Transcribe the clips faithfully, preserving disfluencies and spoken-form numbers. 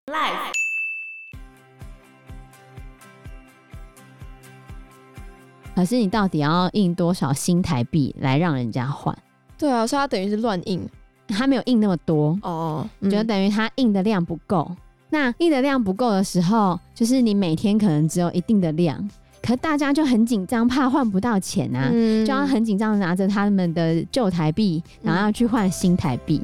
Life。 可是你到底要印多少新台币来让人家换？ 对啊，所以他等于是乱印， 他没有印那么多哦， 嗯、就等于他印的量不够。那印的量不够的时候，就是你每天可能只有一定的量，可大家就很紧张，怕换不到钱啊，嗯、就要很紧张的拿着他们的旧台币，然后要去换新台币。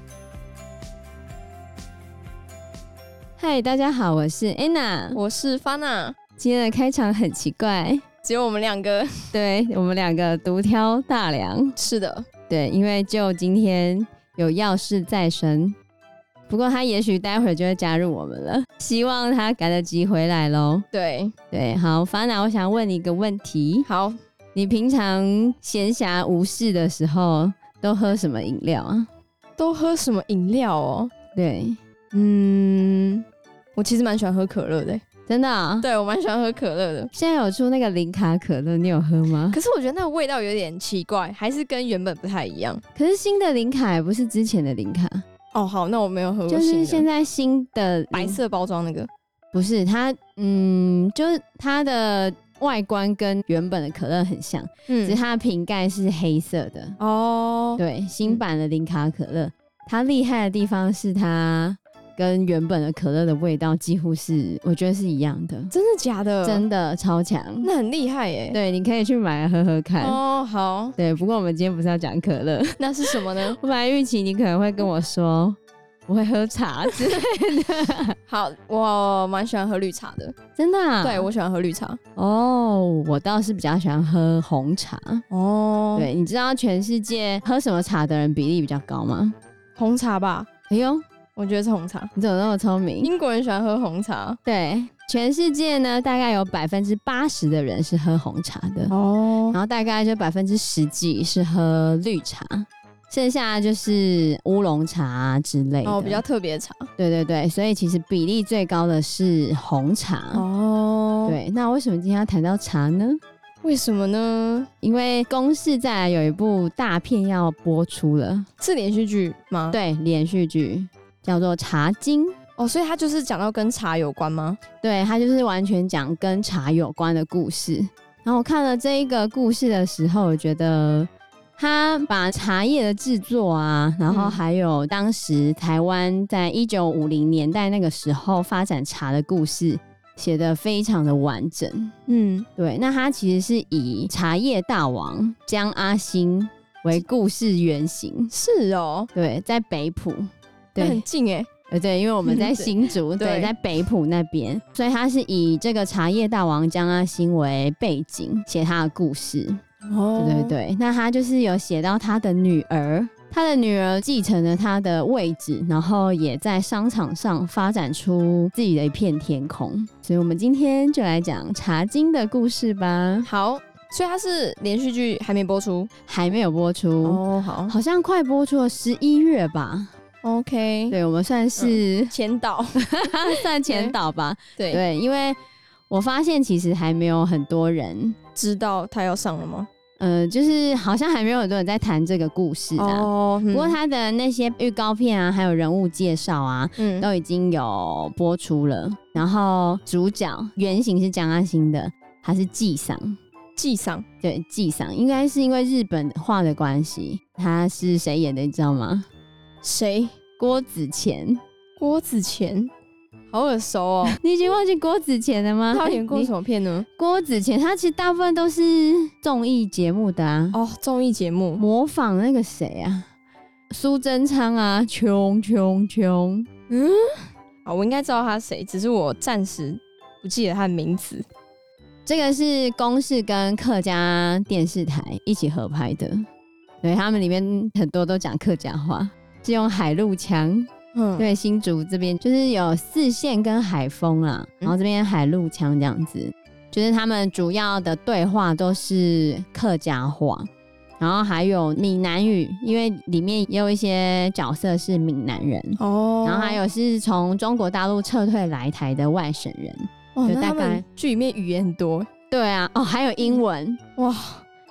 嗨、嗯，大家好，我是 Anna， 我是 Fana。 今天的开场很奇怪。 只有我们两个， 对，我们两个独挑大梁。 是的， 对，因为就今天有要事在身，不过他也许待会儿就会加入我们了，希望他赶得及回来咯。 对对，好，Fana，我想问你一个问题。 好， 你平常闲暇无事的时候都喝什么饮料啊？ 都喝什么饮料哦？ 对， 嗯，我其实蛮喜欢喝可乐的。 真的啊？ 对，我蛮喜欢喝可乐的。 现在有出那个零卡可乐，你有喝吗？ 可是我觉得那个味道有点奇怪，还是跟原本不太一样。 可是新的零卡也不是之前的零卡哦。好，那我没有喝过新的。 就是现在新的白色包装那个， 不是它，嗯，就是它的外观跟原本的可乐很像，嗯，只是它的瓶盖是黑色的。哦，对，新版的零卡可乐，它厉害的地方是它跟原本的可乐的味道几乎是，我觉得是一样的。 真的假的？ 真的超强， 那很厉害耶。 对，你可以去买来喝喝看。 哦，好。 对，不过我们今天不是要讲可乐， 那是什么呢？ 我本来预期你可能会跟我说我会喝茶之类的。 好，我蛮喜欢喝绿茶的。 真的啊？ 对，我喜欢喝绿茶。 哦，我倒是比较喜欢喝红茶。哦，对，你知道全世界喝什么茶的人比例比较高吗？ 红茶吧。 哎呦， 我觉得是红茶。 你怎么那么聪明？ 英国人喜欢喝红茶。 对，全世界呢大概有百分之八十的人是喝红茶的。哦，然后大概就百分之十几是喝绿茶，剩下就是乌龙茶之类的。 哦，比较特别的茶。对对对，所以其实比例最高的是红茶。哦，对，那为什么今天要谈到茶呢？ 为什么呢？ 因为公视再来有一部大片要播出了。 是连续剧吗？ 对，连续剧叫做《茶经》。 哦，所以它就是讲到跟茶有关吗？ 对，它就是完全讲跟茶有关的故事。然后我看了这一个故事的时候，我觉得他把茶叶的制作啊，然后还有当时台湾在一九五零年代那个时候发展茶的故事写得非常的完整。嗯，对，那他其实是以茶叶大王江阿兴为故事原型。 是哦， 对，在北埔。对， 很近耶。 呃，对，因为我们在新竹，对, 对，在北埔那边，所以他是以这个茶叶大王江阿兴为背景写他的故事。哦，对对对，那他就是有写到他的女儿，他的女儿继承了他的位置，然后也在商场上发展出自己的一片天空。所以我们今天就来讲茶经的故事吧。 好，所以它是连续剧还没播出， 还没有播出哦，好， 好像快播出了十一月吧。 OK， 对，我们算是、 嗯、前导算前导吧。 对对，因为我发现其实还没有很多人知道他要上了吗？ 呃，就是好像还没有很多人在谈这个故事啊。哦嗯、不过他的那些预告片啊，还有人物介绍啊、嗯，都已经有播出了。然后主角原型是江阿兴的，他是纪桑。 纪桑， 对，纪桑应该是因为日本话的关系。他是谁演的？你知道吗？ 谁？ 郭子乾。 郭子乾，好耳熟哦！ 你已经忘记郭子乾了吗？ 他演过什么片呢？ 郭子乾他其实大部分都是综艺节目的啊。 哦，综艺节目模仿那个谁啊，苏贞昌啊，穷穷穷。 嗯，好，我应该知道他谁，只是我暂时不记得他的名字。 这个是公视跟客家电视台一起合拍的。对，他们里面很多都讲客家话，是用海陆腔。嗯，对，新竹这边就是有四线跟海丰啦，然后这边海陆腔这样子，就是他们主要的对话都是客家话，然后还有闽南语，因为里面也有一些角色是闽南人哦，然后还有是从中国大陆撤退来台的外省人。 哇，那他们剧里面语言很多。 对啊，哦，还有英文。 哇，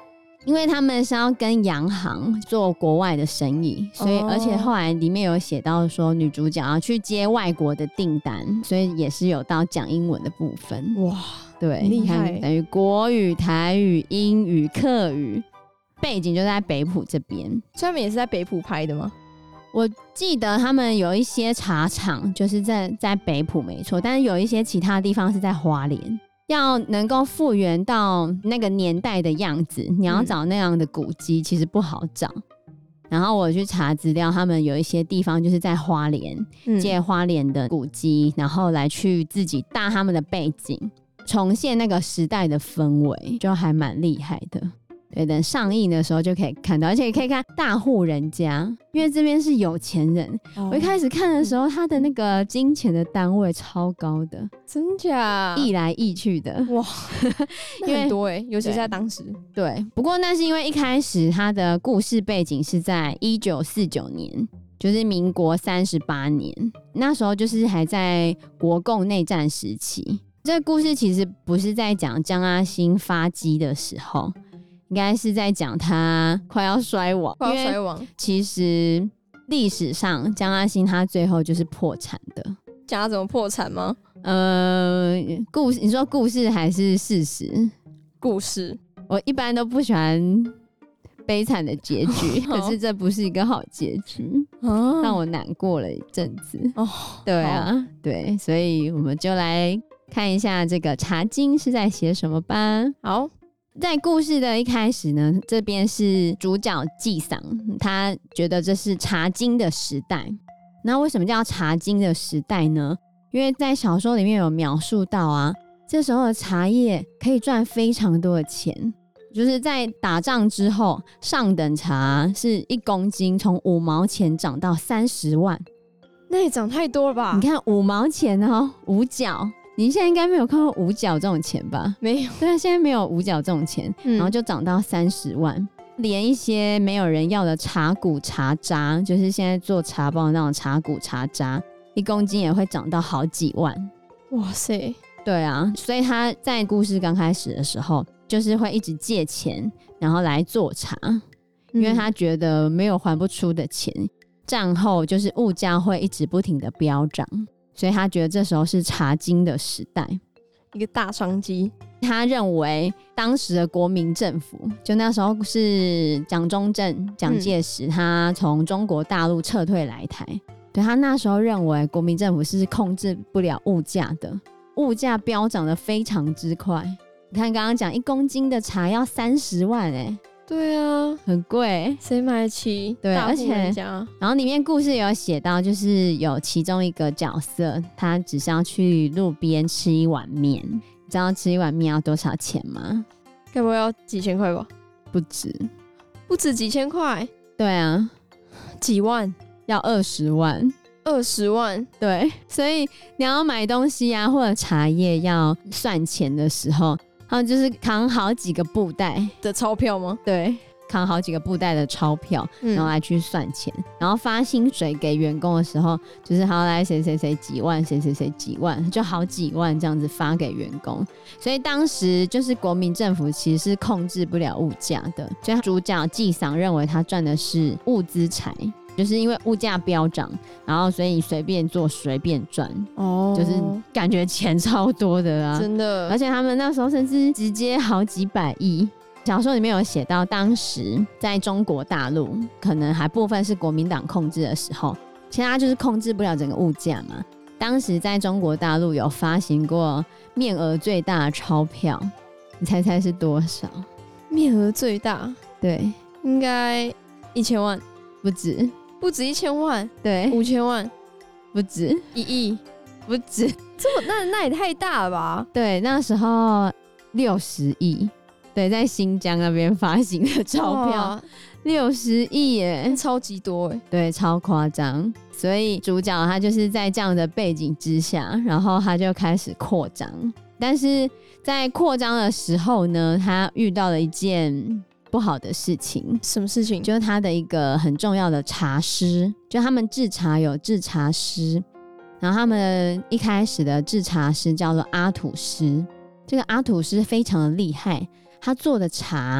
因为他们是要跟洋行做国外的生意，所以、哦、而且后来里面有写到说女主角要去接外国的订单，所以也是有到讲英文的部分。 哇， 对， 厉害， 等于国语、台语、英语、客语，背景就在北埔这边。 所以他们也是在北埔拍的吗？ 我记得他们有一些茶厂就是在在北埔没错，但是有一些其他地方是在花莲。要能够复原到那个年代的样子，你要找那样的古迹其实不好找。然后我去查资料，他们有一些地方就是在花莲、嗯、借花莲的古迹，然后来去自己搭他们的背景，重现那个时代的氛围，就还蛮厉害的。对，等上映的时候就可以看到，而且也可以看大户人家，因为这边是有钱人、哦、我一开始看的时候他的那个金钱的单位超高的， 真假溢来溢去的， 哇那很多耶，尤其是在当时。 对, 对，不过那是因为一开始他的故事背景是在一九四九年，就是民国三十八年，那时候就是还在国共内战时期。这个故事其实不是在讲江阿兴发迹的时候，应该是在讲他快要衰亡， 快要衰亡。 其实历史上江阿兴他最后就是破产的。 讲他怎么破产吗？ 呃，故事你说故事还是事实？ 故事。 我一般都不喜欢悲惨的结局，可是这不是一个好结局，哦、让我难过了一阵子。哦，对啊，对，所以我们就来看一下这个茶经是在写什么吧。 好。 在故事的一开始呢，这边是主角纪桑，他觉得这是茶经的时代。那为什么叫茶经的时代呢？因为在小说里面有描述到啊，这时候的茶叶可以赚非常多的钱，就是在打仗之后，上等茶是一公斤从五毛钱涨到三十万， 那也涨太多了吧？ 你看五毛钱哦，五角。你现在应该没有看过五角这种钱吧？ 没有。 对啊，现在没有五角这种钱、嗯、然后就涨到三十万，连一些没有人要的茶谷茶渣，就是现在做茶包的那种茶谷茶渣，一公斤也会涨到好几万。 哇塞。 对啊，所以他在故事刚开始的时候就是会一直借钱然后来做茶、嗯、因为他觉得没有还不出的钱，战后就是物价会一直不停的飙涨，所以他觉得这时候是茶经的时代， 一个大商机。 他认为当时的国民政府，就那时候是蒋中正蒋介石、嗯、他从中国大陆撤退来台，对，他那时候认为国民政府是控制不了物价的，物价飙涨得非常之快。你看刚刚讲一公斤的茶要三十万哎、欸， 对啊， 很贵， 谁买得起？ 对， 大户人家。然后里面故事有写到，就是有其中一个角色，他只是要去路边吃一碗面，你知道吃一碗面要多少钱吗？ 该不会要几千块吧？ 不止， 不止几千块。 对啊， 几万？ 要二十万。 二十万？对， 所以你要买东西啊，或者茶叶要算钱的时候，他们就是扛好几个布袋的钞票吗？ 对，扛好几个布袋的钞票、嗯、然后来去算钱，然后发薪水给员工的时候就是好来谁谁谁几万，谁谁谁几万，就好几万这样子发给员工。所以当时就是国民政府其实是控制不了物价的，所以主角纪桑认为他赚的是物资财，就是因为物价飙涨，然后所以你随便做随便赚，哦，就是感觉钱超多的啊， 真的。 而且他们那时候甚至直接好几百亿。小说里面有写到，当时在中国大陆可能还部分是国民党控制的时候，其实他就是控制不了整个物价嘛。当时在中国大陆有发行过面额最大的钞票，你猜猜是多少？ 面额最大？ 对， 应该一千万？ 不止。 不止一千万？ 对。 五千万？ 不止。 一亿？ 不止。 这么那那也太大了吧？ 对，那时候六十亿。对，在新疆那边发行的钞票六十亿耶， 超级多耶。 对，超夸张。所以主角他就是在这样的背景之下，然后他就开始扩张。但是在扩张的时候呢，他遇到了一件不好的事情。 什么事情？ 就是他的一个很重要的茶师，就他们制茶有制茶师，然后他们一开始的制茶师叫做阿土师。这个阿土师非常的厉害，他做的茶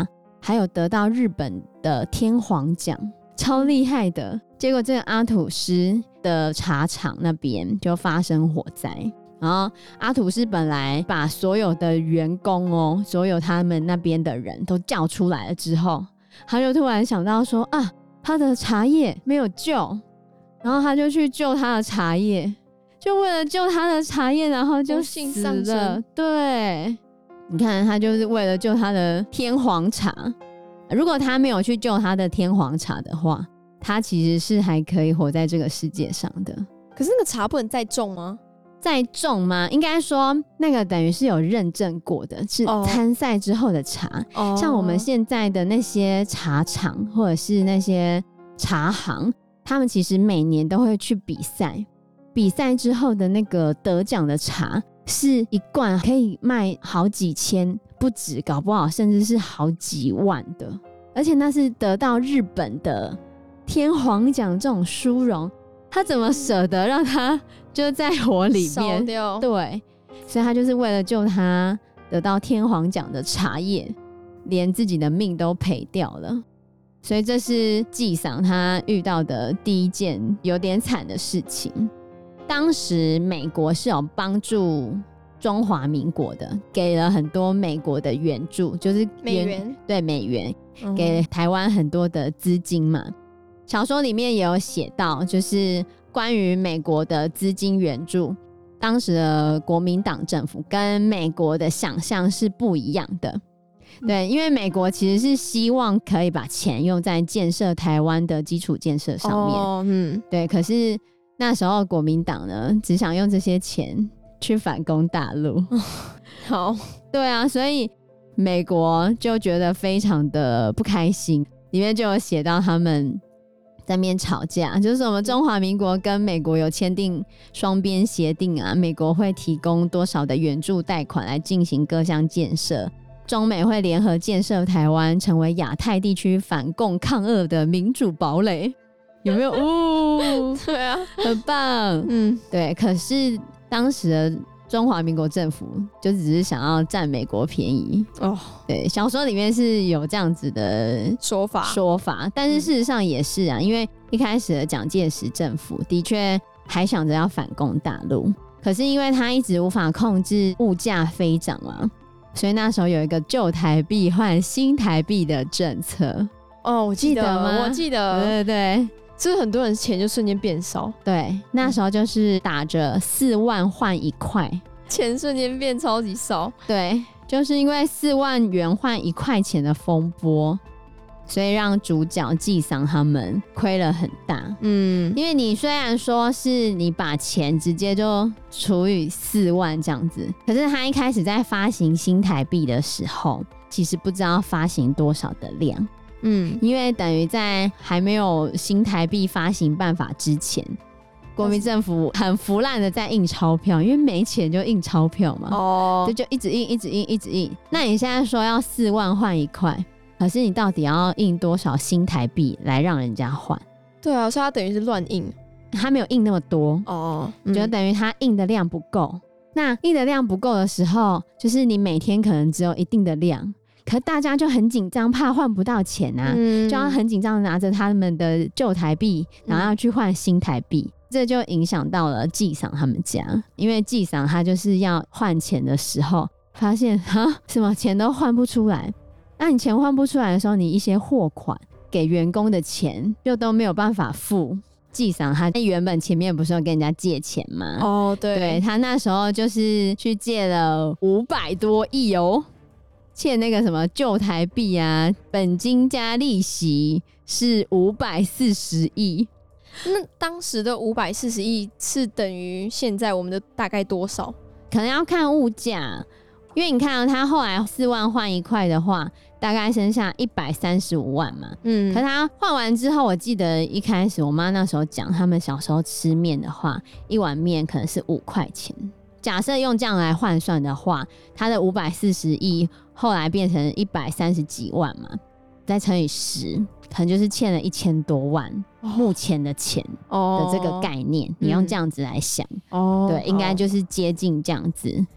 还有得到日本的天皇奖，超厉害的。结果这个阿土师的茶厂那边就发生火灾，然后阿土师本来把所有的员工哦，所有他们那边的人都叫出来了之后，他就突然想到说啊，他的茶叶没有救，然后他就去救他的茶叶，就为了救他的茶叶，然后就死了。对，你看他就是为了救他的天皇茶，如果他没有去救他的天皇茶的话，他其实是还可以活在这个世界上的。 可是那个茶不能再种吗？ 再种吗？应该说那个等于是有认证过的，是参赛之后的茶、oh. 像我们现在的那些茶厂或者是那些茶行，他们其实每年都会去比赛，比赛之后的那个得奖的茶是一罐可以卖好几千，不止，搞不好甚至是好几万的，而且那是得到日本的天皇奖这种殊荣，他怎么舍得让他就在火里面烧掉？对，所以他就是为了救他得到天皇奖的茶叶，连自己的命都赔掉了。所以这是纪桑他遇到的第一件有点惨的事情。当时美国是有帮助中华民国的，给了很多美国的援助，就是美元， 对，美元、嗯、给台湾很多的资金嘛。小说里面也有写到，就是关于美国的资金援助，当时的国民党政府跟美国的想象是不一样的。对，因为美国其实是希望可以把钱用在建设台湾的基础建设上面、哦嗯、对，可是那时候国民党呢只想用这些钱去反攻大陆、哦、 好， 对啊，所以美国就觉得非常的不开心，里面就有写到他们在那边吵架，就是我们中华民国跟美国有签订双边协定啊，美国会提供多少的援助贷款来进行各项建设，中美会联合建设台湾，成为亚太地区反共抗俄的民主堡垒，有没有？哦， 对啊， 很棒。嗯，对。可是当时的中华民国政府就只是想要占美国便宜哦。对，小说里面是有这样子的说法说法，但是事实上也是啊，因为一开始的蒋介石政府的确还想着要反攻大陆，可是因为他一直无法控制物价飞涨嘛，所以那时候有一个旧台币换新台币的政策。 哦，我记得， 记得吗？ 我记得， 对对对， 就是很多人钱就瞬间变少。 对，那时候就是打着四万换一块， 钱瞬间变超级少。 对，就是因为四万元换一块钱的风波，所以让主角纪桑他们亏了很大。嗯，因为你虽然说是你把钱直接就除以四万这样子，可是他一开始在发行新台币的时候，其实不知道发行多少的量。嗯，因为等于在还没有新台币发行办法之前，国民政府很腐烂的在印钞票，因为没钱就印钞票嘛。哦，就就一直印一直印一直印。那你现在说要四万换一块，可是你到底要印多少新台币来让人家换？ 对啊，所以他等于是乱印， 他没有印那么多哦，嗯、就等于他印的量不够。那印的量不够的时候，就是你每天可能只有一定的量。可大家就很紧张，怕换不到钱啊、嗯、就要很紧张拿着他们的旧台币，然后要去换新台币、嗯、这就影响到了纪桑他们家。因为纪桑他就是要换钱的时候发现哈什么钱都换不出来，那你钱换不出来的时候，你一些货款给员工的钱就都没有办法付。纪桑他原本前面不是有跟人家借钱吗？ 哦，对， 对，他那时候就是去借了五百多亿哦，欠那个什么旧台币啊，本金加利息是五百四十亿。 那当时的五百四十亿是等于现在我们的大概多少？ 可能要看物价，因为你看到、啊、他后来四万换一块的话，大概剩下一百三十五万嘛。嗯，可他换完之后，我记得一开始我妈那时候讲，他们小时候吃面的话，一碗面可能是五块钱。假设用这样来换算的话，他的五百四十亿后来变成一百三十几万嘛，再乘以十，可能就是欠了一千多万、哦、目前的钱的这个概念、哦、你用这样子来想、嗯、对，应该就是接近这样子。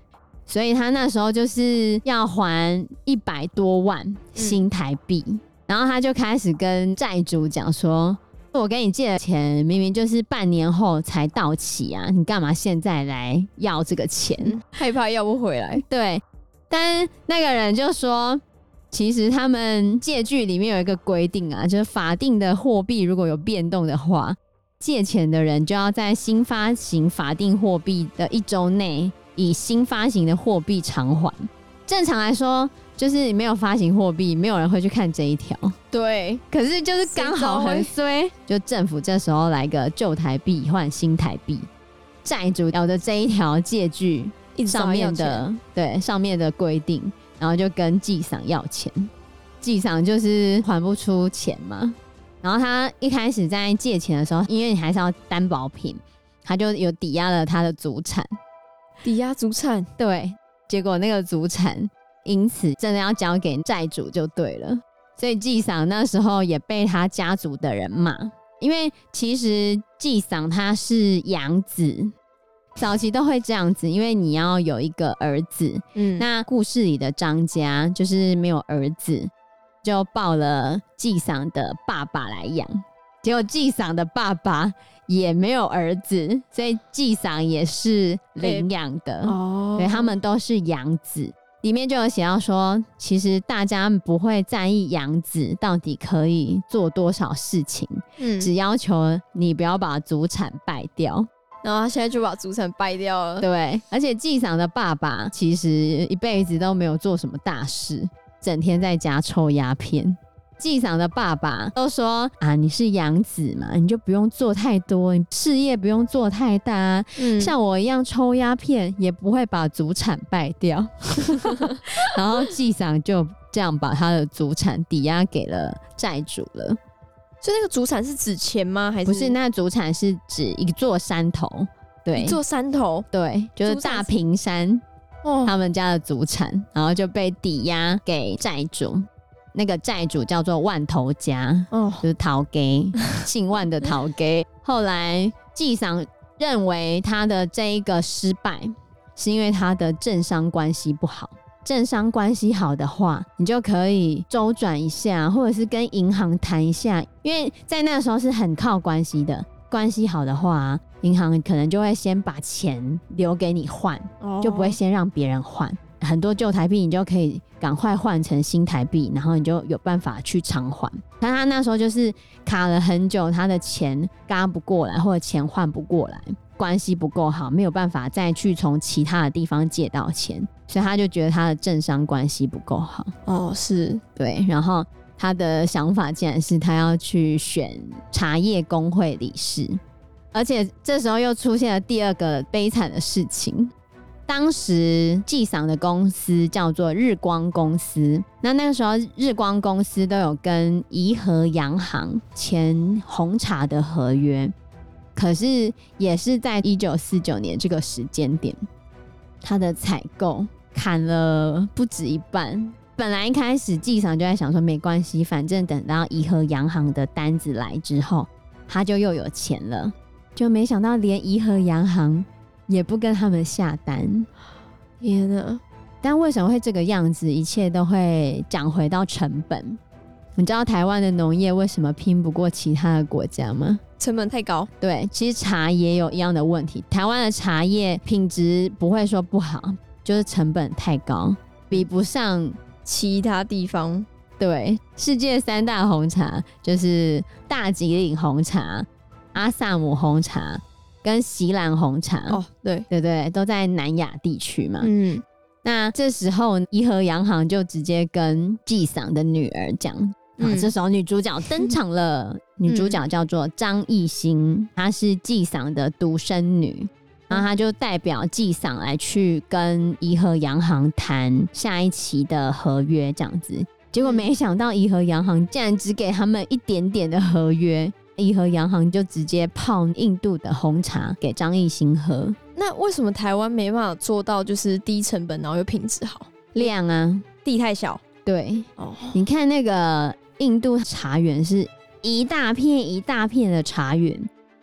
所以他那时候就是要还一百多万新台币、嗯，然后他就开始跟债主讲说，我跟你借的钱明明就是半年后才到期啊，你干嘛现在来要这个钱、嗯、 害怕要不回来。 对，但那个人就说其实他们借据里面有一个规定啊，就是法定的货币如果有变动的话，借钱的人就要在新发行法定货币的一周内以新发行的货币偿还。正常来说就是没有发行货币，没有人会去看这一条。 对， 可是就是刚好很衰，就政府这时候来个旧台币换新台币，债主咬着这一条借据上面的对上面的规定，然后就跟纪赏要钱。纪赏就是还不出钱嘛，然后他一开始在借钱的时候，因为你还是要担保品，他就有抵押了他的祖产。 抵押祖产？ 对，结果那个祖产因此真的要交给债主就对了，所以纪赏那时候也被他家族的人骂，因为其实纪赏他是养子，早期都会这样子，因为你要有一个儿子，嗯，那故事里的张家就是没有儿子，就抱了纪赏的爸爸来养，结果纪赏的爸爸也没有儿子，所以纪赏也是领养的、欸哦、对，他们都是养子。里面就有写到说，其实大家不会在意养子到底可以做多少事情、嗯、只要求你不要把祖产败掉， 然后他现在就把祖产败掉了。 对，而且纪赏的爸爸其实一辈子都没有做什么大事，整天在家抽鸦片。纪赏的爸爸都说啊，你是养子嘛，你就不用做太多，你事业不用做太大、嗯、像我一样抽鸦片也不会把祖产败掉然后纪赏就这样把他的祖产抵押给了债主了。 所以那个祖产是指钱吗？还是不是？那祖产是指一座山头。对， 一座山头。 对，就是大平山、哦、他们家的祖产，然后就被抵押给债主。那个债主叫做万头家、哦、就是头家姓万的头家后来纪赏认为他的这一个失败是因为他的政商关系不好，政商关系好的话你就可以周转一下，或者是跟银行谈一下，因为在那个时候是很靠关系的，关系好的话银行可能就会先把钱留给你换、哦、就不会先让别人换，很多旧台币你就可以赶快换成新台币，然后你就有办法去偿还。但他那时候就是卡了很久，他的钱嘎不过来，或者钱换不过来，关系不够好，没有办法再去从其他的地方借到钱，所以他就觉得他的政商关系不够好。 哦，是， 对，然后他的想法竟然是他要去选茶叶工会理事，而且这时候又出现了第二个悲惨的事情。当时纪赏的公司叫做日光公司，那那个时候日光公司都有跟怡和洋行签红茶的合约，可是也是在一九四九年这个时间点，他的采购砍了不止一半。本来一开始纪赏就在想说没关系，反正等到怡和洋行的单子来之后他就又有钱了，就没想到连怡和洋行也不跟他们下单。 天哪！ 但为什么会这个样子？一切都会讲回到成本。你知道台湾的农业为什么拼不过其他的国家吗？ 成本太高。 对，其实茶也有一样的问题。台湾的茶叶品质不会说不好，就是成本太高，比不上其他地方。 对，世界三大红茶就是大吉岭红茶、阿萨姆红茶跟锡兰红茶。 哦，对对对，都在南亚地区嘛。嗯，那这时候怡和洋行就直接跟纪赏的女儿讲、嗯、这时候女主角登场了、嗯、女主角叫做张艺兴，她是纪赏的独生女，然后她就代表纪赏来去跟怡和洋行谈下一期的合约这样子。结果没想到怡和洋行竟然只给他们一点点的合约，怡和洋行就直接泡印度的红茶给张艺兴喝。 那为什么台湾没办法做到就是低成本然后又品质好？ 量啊， 地太小。 对、哦、你看那个印度茶园是一大片一大片的茶园，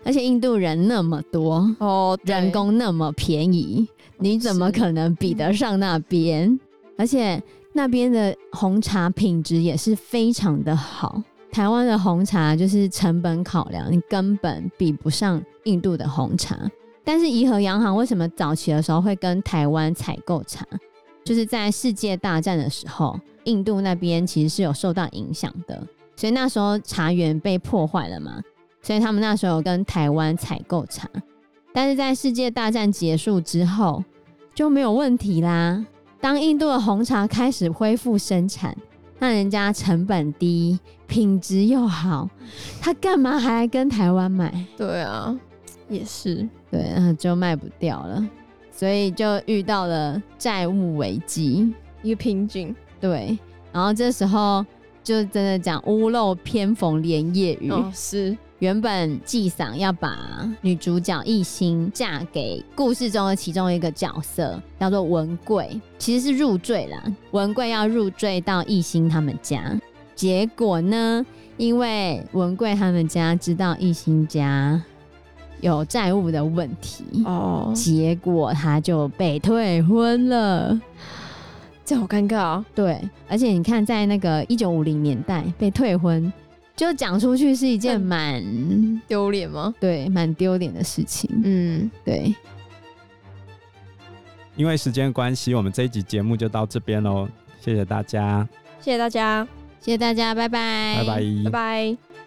而且印度人那么多哦， 人工那么便宜，你怎么可能比得上那边？而且那边的红茶品质也是非常的好。台湾的红茶就是成本考量，你根本比不上印度的红茶。但是怡和洋行为什么早期的时候会跟台湾采购茶？就是在世界大战的时候，印度那边其实是有受到影响的，所以那时候茶园被破坏了嘛，所以他们那时候有跟台湾采购茶。但是在世界大战结束之后就没有问题啦。当印度的红茶开始恢复生产，那人家成本低，品质又好，他干嘛还跟台湾买？ 对啊，也是， 对，就卖不掉了，所以就遇到了债务危机， 一个瓶颈。 对，然后这时候就真的讲屋漏偏逢连夜雨。 哦，是。 原本纪赏要把女主角艺兴嫁给故事中的其中一个角色，叫做文贵，其实是入赘啦。文贵要入赘到艺兴他们家，结果呢，因为文贵他们家知道艺兴家有债务的问题，哦，结果他就被退婚了。 这好尴尬啊！ 对，而且你看，在那个一九五零年代被退婚，就讲出去是一件蛮丢脸吗？ 对，蛮丢脸的事情。嗯，对。 因为时间关系，我们这一集节目就到这边咯，谢谢大家， 谢谢大家， 谢谢大家，拜拜， 拜拜， 拜拜。